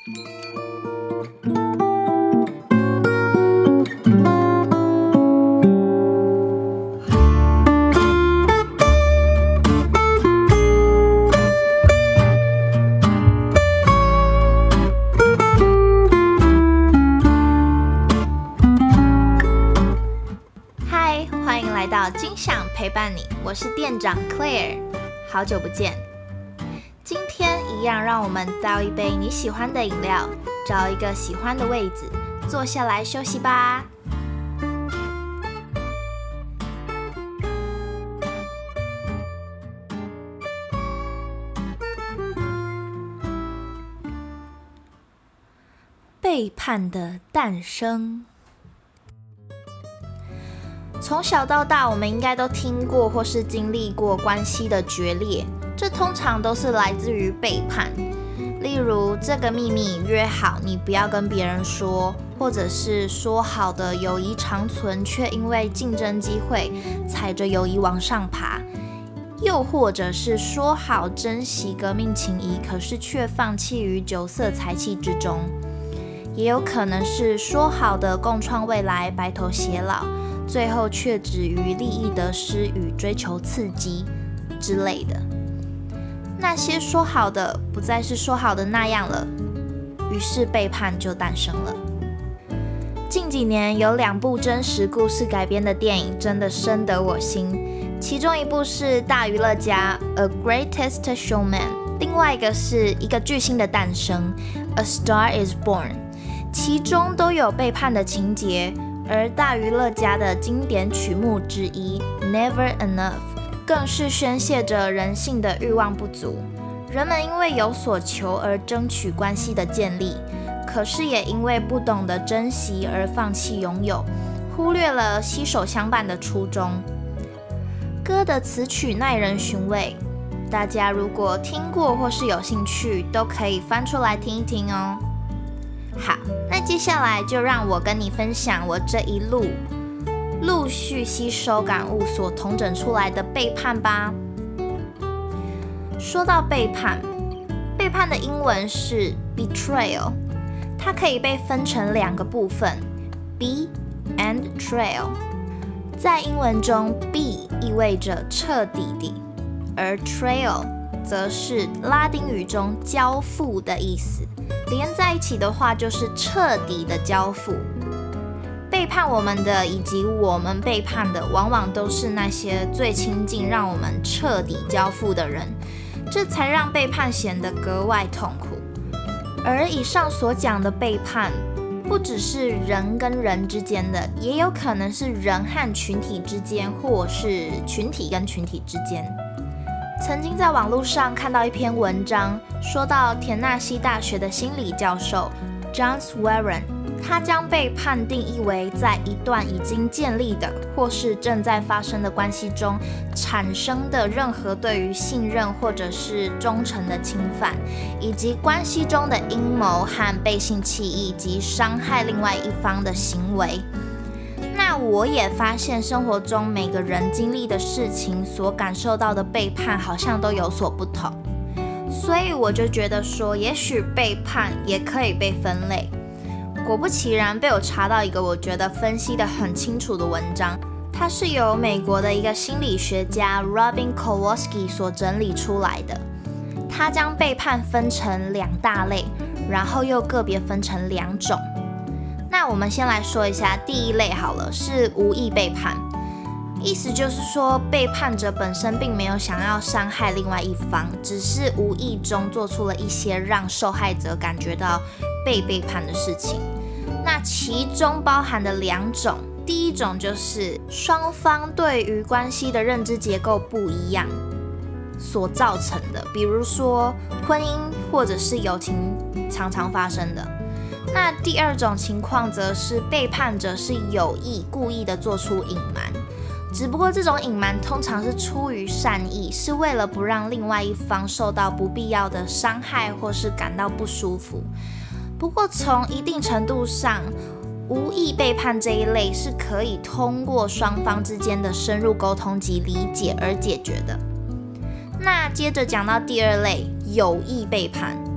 金享陪伴你，我是店长 Claire， 好久不见。今天一样，让我们倒一杯你喜欢的饮料，找一个喜欢的位子，坐下来休息吧。背叛的诞生。从小到大，我们应该都听过或是经历过关系的决裂，这通常都是来自于背叛。例如，这个秘密约好你不要跟别人说，或者是说好的友谊长存，却因为竞争机会踩着友谊往上爬，又或者是说好珍惜革命情谊，可是却放弃于酒色财气之中。也有可能是说好的共创未来，白头偕老，最后却止于利益得失与追求刺激之类的。那些说好的不再是说好的那样了，于是背叛就诞生了。近几年有2部真实故事改编的电影真的深得我心，其中一部是《大娱乐家》A Greatest Showman， 另外一个是一个巨星的诞生 A Star is Born， 其中都有背叛的情节。而大娱乐家的经典曲目之一 Never Enough 更是宣泄着人性的欲望不足。人们因为有所求而争取关系的建立，可是也因为不懂得珍惜而放弃拥有，忽略了携手相伴的初衷。歌的词曲耐人寻味，大家如果听过或是有兴趣，都可以翻出来听一听哦。好，那接下来就让我跟你分享我这一路陆续吸收感悟所统整出来的背叛吧。说到背叛，背叛的英文是 betrayal， 它可以被分成2个部分 be and trail。 在英文中 be 意味着彻底地，而 trail 则是拉丁语中交付的意思，连在一起的话就是彻底的交付。背叛我们的以及我们背叛的，往往都是那些最亲近让我们彻底交付的人，这才让背叛显得格外痛苦。而以上所讲的背叛，不只是人跟人之间的，也有可能是人和群体之间，或是群体跟群体之间。曾经在网络上看到一篇文章，说到田纳西大学的心理教授 John Swearingen， 他将背叛定义为在一段已经建立的或是正在发生的关系中产生的任何对于信任或者是忠诚的侵犯，以及关系中的阴谋和背信弃义及伤害另外一方的行为。那我也发现生活中每个人经历的事情所感受到的背叛好像都有所不同，所以我就觉得说，也许背叛也可以被分类。果不其然，被我查到一个我觉得分析得很清楚的文章，它是由美国的一个心理学家 Robin Kowalski 所整理出来的。他将背叛分成2大类，然后又个别分成2种。那我们先来说一下第一类好了，是无意背叛。意思就是说，背叛者本身并没有想要伤害另外一方，只是无意中做出了一些让受害者感觉到被背叛的事情。那其中包含的2种，第一种就是双方对于关系的认知结构不一样所造成的，比如说婚姻或者是友情常常发生的。那第2种情况则是背叛者是有意故意的做出隐瞒，只不过这种隐瞒通常是出于善意，是为了不让另外一方受到不必要的伤害或是感到不舒服。不过从一定程度上，无意背叛这一类是可以通过双方之间的深入沟通及理解而解决的。那接着讲到第2类，有意背叛。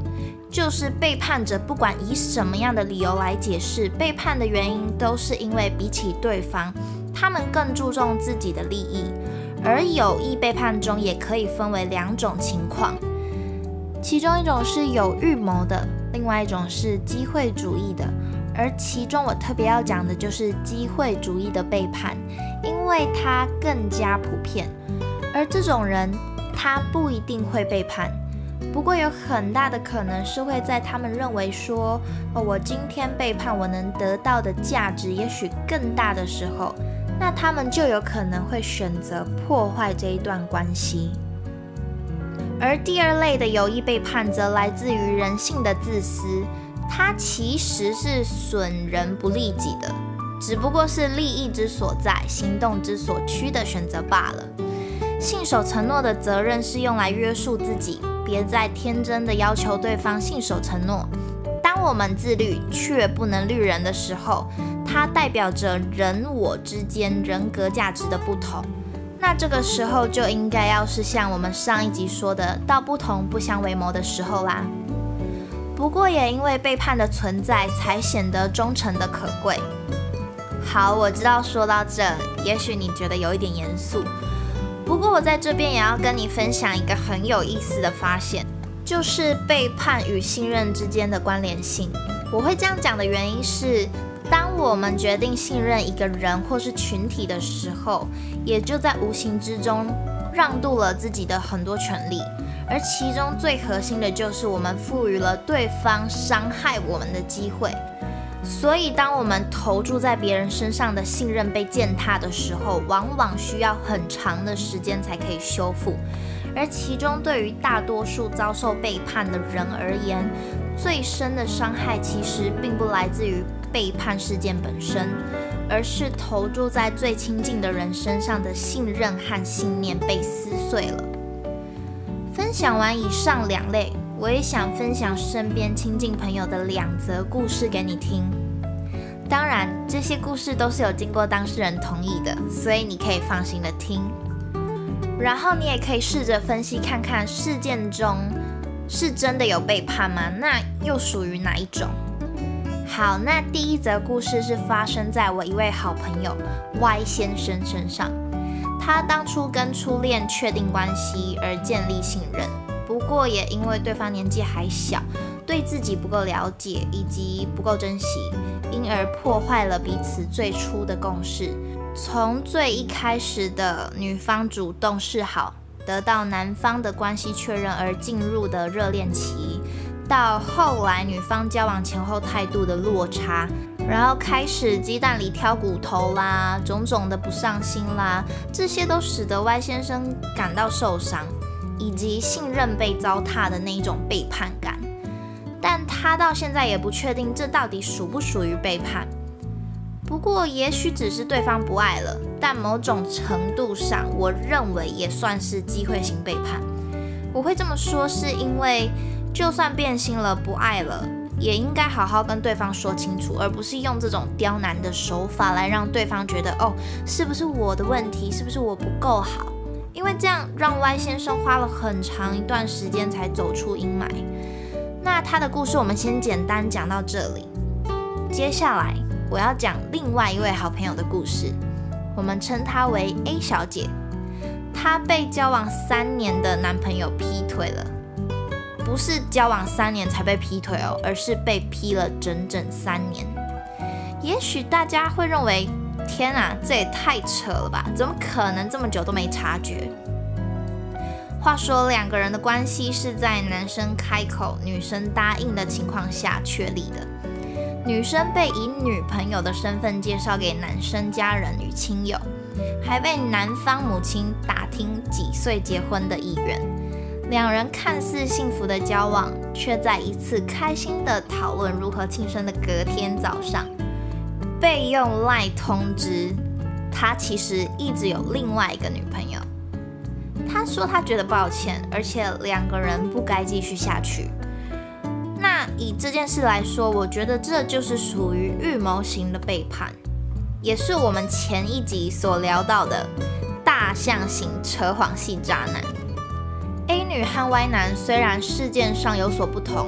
就是背叛者不管以什么样的理由来解释，背叛的原因都是因为比起对方，他们更注重自己的利益。而有意背叛中也可以分为2种情况，其中一种是有预谋的，另外一种是机会主义的。而其中我特别要讲的就是机会主义的背叛，因为它更加普遍。而这种人他不一定会背叛，不过有很大的可能是会在他们认为说，我今天背叛我能得到的价值也许更大的时候，那他们就有可能会选择破坏这一段关系。而第2类的有意背叛则来自于人性的自私，它其实是损人不利己的，只不过是利益之所在，行动之所趋的选择罢了。信守承诺的责任是用来约束自己，别再天真的要求对方信守承诺。当我们自律却不能律人的时候，它代表着人我之间人格价值的不同。那这个时候就应该要是像我们上一集说的，道不同不相为谋的时候啦。不过也因为背叛的存在，才显得忠诚的可贵。好，我知道说到这，也许你觉得有一点严肃，不过我在这边也要跟你分享一个很有意思的发现，就是背叛与信任之间的关联性。我会这样讲的原因是，当我们决定信任一个人或是群体的时候，也就在无形之中让渡了自己的很多权利，而其中最核心的就是我们赋予了对方伤害我们的机会。所以当我们投注在别人身上的信任被践踏的时候，往往需要很长的时间才可以修复。而其中对于大多数遭受背叛的人而言，最深的伤害其实并不来自于背叛事件本身，而是投注在最亲近的人身上的信任和信念被撕碎了。分享完以上2类，我也想分享身边亲近朋友的2则故事给你听。当然，这些故事都是有经过当事人同意的，所以你可以放心的听。然后你也可以试着分析看看，事件中是真的有背叛吗？那又属于哪一种？好，那第1则故事是发生在我一位好朋友 Y 先生身上。他当初跟初恋确定关系而建立信任，不过也因为对方年纪还小，对自己不够了解以及不够珍惜，因而破坏了彼此最初的共识。从最一开始的女方主动示好，得到男方的关系确认而进入的热恋期，到后来女方交往前后态度的落差，然后开始鸡蛋里挑骨头啦，种种的不上心啦，这些都使得 Y 先生感到受伤，以及信任被糟蹋的那一种背叛感。但他到现在也不确定这到底属不属于背叛。不过也许只是对方不爱了，但某种程度上我认为也算是机会型背叛。我会这么说是因为就算变心了不爱了，也应该好好跟对方说清楚，而不是用这种刁难的手法来让对方觉得是不是我的问题，是不是我不够好，因为这样让 Y 先生花了很长一段时间才走出阴霾。那他的故事我们先简单讲到这里，接下来我要讲另外一位好朋友的故事，我们称她为 A 小姐。她被交往3年的男朋友劈腿了，不是交往3年才被劈腿而是被劈了整整3年。也许大家会认为，天啊，这也太扯了吧，怎么可能这么久都没察觉？话说2个人的关系是在男生开口女生答应的情况下确立的，女生被以女朋友的身份介绍给男生家人与亲友，还被男方母亲打听几岁结婚的意愿。2人看似幸福的交往，却在一次开心的讨论如何庆生的隔天早上，被用 LINE 通知他其实一直有另外一个女朋友。他说他觉得抱歉，而且2个人不该继续下去。那以这件事来说，我觉得这就是属于预谋型的背叛，也是我们前一集所聊到的大象型扯谎系渣男。A 女和 Y 男虽然事件上有所不同，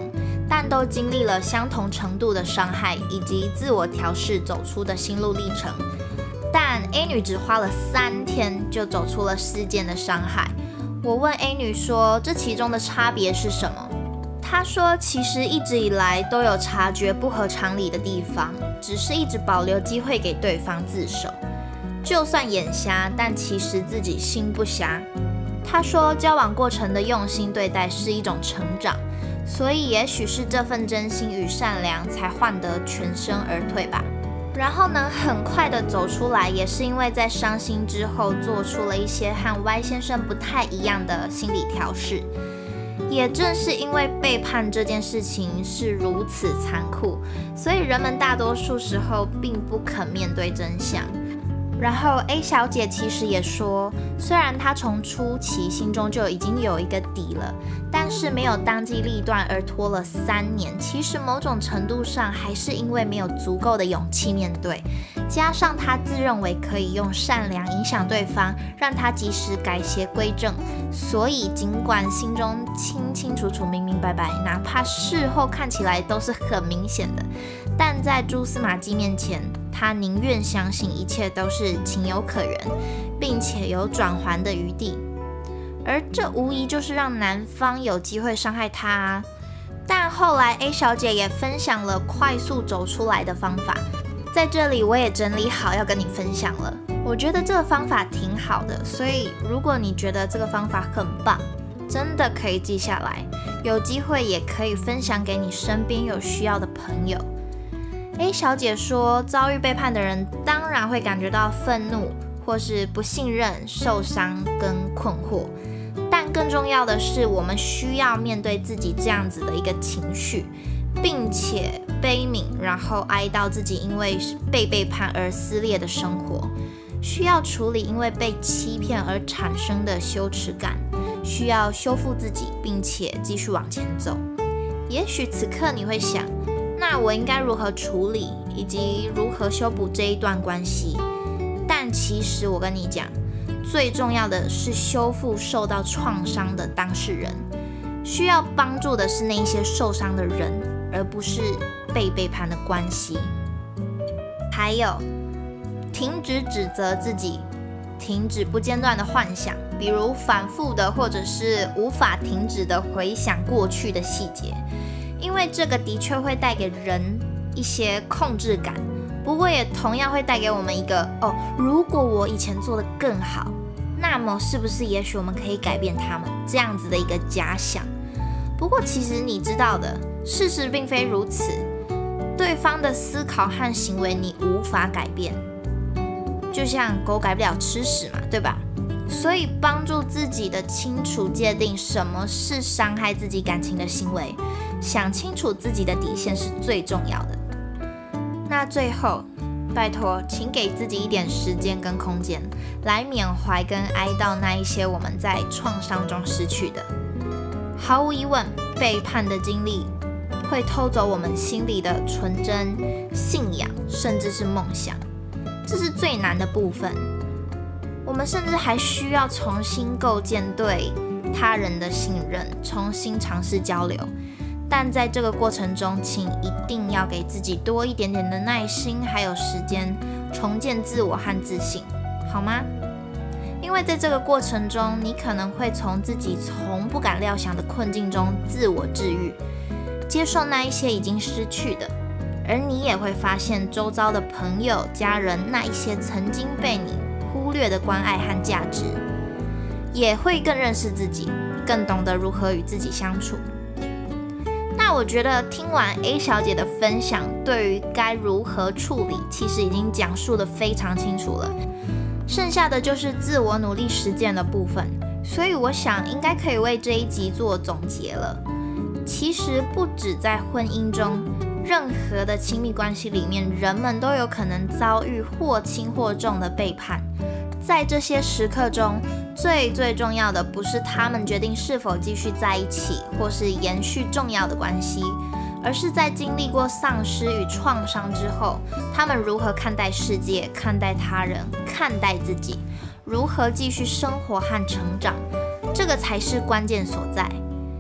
但都经历了相同程度的伤害以及自我调试走出的心路历程。但 A 女只花了3天就走出了事件的伤害。我问 A 女说，这其中的差别是什么？她说，其实一直以来都有察觉不合常理的地方，只是一直保留机会给对方自首。就算眼瞎，但其实自己心不瞎。她说，交往过程的用心对待是一种成长，所以也许是这份真心与善良才换得全身而退吧。然后能很快的走出来，也是因为在伤心之后做出了一些和 Y 先生不太一样的心理调试。也正是因为背叛这件事情是如此残酷，所以人们大多数时候并不肯面对真相。然后 A 小姐其实也说，虽然她从初期心中就已经有一个底了，但是没有当机立断而拖了3年，其实某种程度上还是因为没有足够的勇气面对，加上她自认为可以用善良影响对方，让他及时改邪归正，所以尽管心中清清楚楚、明明白白，哪怕事后看起来都是很明显的，但在蛛丝马迹面前，他宁愿相信一切都是情有可原，并且有转圜的余地，而这无疑就是让男方有机会伤害他啊。但后来 A 小姐也分享了快速走出来的方法，在这里我也整理好要跟你分享了。我觉得这个方法挺好的，所以如果你觉得这个方法很棒，真的可以记下来，有机会也可以分享给你身边有需要的朋友。A 小姐说，遭遇背叛的人当然会感觉到愤怒，或是不信任、受伤跟困惑，但更重要的是，我们需要面对自己这样子的一个情绪，并且悲悯，然后哀悼自己因为被背叛而撕裂的生活，需要处理因为被欺骗而产生的羞耻感，需要修复自己，并且继续往前走。也许此刻你会想，那我应该如何处理，以及如何修补这一段关系？但其实我跟你讲，最重要的是修复受到创伤的当事人，需要帮助的是那些受伤的人，而不是被背叛的关系。还有，停止指责自己，停止不间断的幻想，比如反复的或者是无法停止的回想过去的细节，因为这个的确会带给人一些控制感，不过也同样会带给我们一个如果我以前做得更好，那么是不是也许我们可以改变他们，这样子的一个假想。不过其实你知道的，事实并非如此，对方的思考和行为你无法改变，就像狗改不了吃屎嘛，对吧？所以帮助自己的清楚界定什么是伤害自己感情的行为，想清楚自己的底线是最重要的。那最后，拜托，请给自己一点时间跟空间，来缅怀跟哀悼那一些我们在创伤中失去的。毫无疑问，背叛的经历会偷走我们心里的纯真、信仰，甚至是梦想。这是最难的部分。我们甚至还需要重新构建对他人的信任，重新尝试交流。但在这个过程中，请一定要给自己多一点点的耐心，还有时间重建自我和自信，好吗？因为在这个过程中，你可能会从自己从不敢料想的困境中自我治愈，接受那一些已经失去的，而你也会发现周遭的朋友、家人那一些曾经被你忽略的关爱和价值，也会更认识自己，更懂得如何与自己相处。那我觉得听完 A 小姐的分享，对于该如何处理，其实已经讲述得非常清楚了。剩下的就是自我努力实践的部分，所以我想应该可以为这一集做总结了。其实不止在婚姻中，任何的亲密关系里面，人们都有可能遭遇或轻或重的背叛。在这些时刻中，最重要的不是他们决定是否继续在一起，或是延续重要的关系，而是在经历过丧失与创伤之后，他们如何看待世界、看待他人、看待自己，如何继续生活和成长，这个才是关键所在。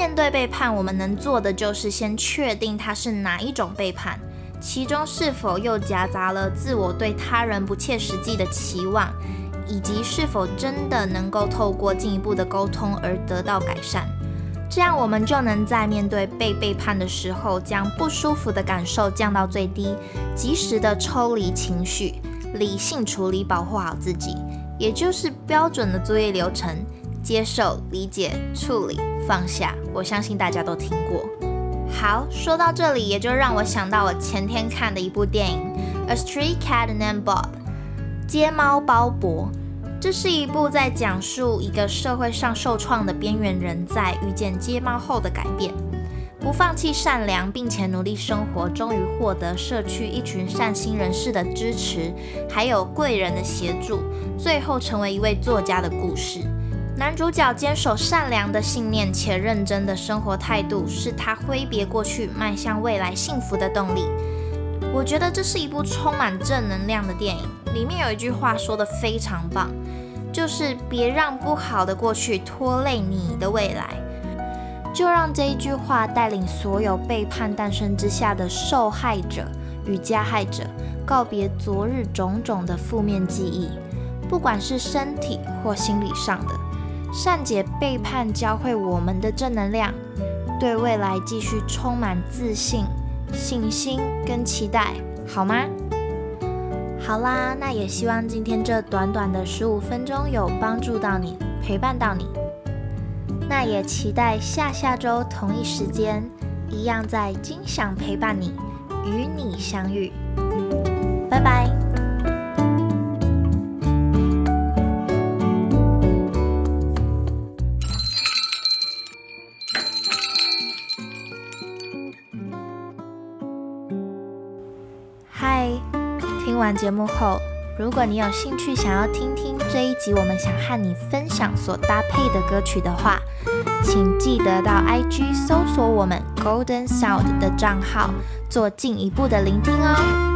面对背叛，我们能做的就是先确定它是哪一种背叛，其中是否又夹杂了自我对他人不切实际的期望，以及是否真的能够透过进一步的沟通而得到改善。这样我们就能在面对被背叛的时候，将不舒服的感受降到最低，及时的抽离情绪，理性处理，保护好自己，也就是标准的作业流程：接受、理解、处理、放下。我相信大家都听过。好，说到这里，也就让我想到我前天看的一部电影《A Stray Cat Named Bob》，街猫鲍勃。这是一部在讲述一个社会上受创的边缘人在遇见街猫后的改变，不放弃善良，并且努力生活，终于获得社区一群善心人士的支持，还有贵人的协助，最后成为一位作家的故事。男主角坚守善良的信念且认真的生活态度，是他挥别过去，迈向未来幸福的动力。我觉得这是一部充满正能量的电影，里面有一句话说得非常棒，就是别让不好的过去拖累你的未来。就让这一句话带领所有背叛诞生之下的受害者与加害者，告别昨日种种的负面记忆，不管是身体或心理上的，善解背叛教会我们的正能量，对未来继续充满自信、信心跟期待，好吗？好啦，那也希望今天这短短的15分钟有帮助到你，陪伴到你。那也期待下周同一时间，一样在金享陪伴你，与你相遇。拜拜。嗨，听完节目后，如果你有兴趣想要听听这一集我们想和你分享所搭配的歌曲的话，请记得到 IG 搜索我们 Golden Sound 的账号，做进一步的聆听哦。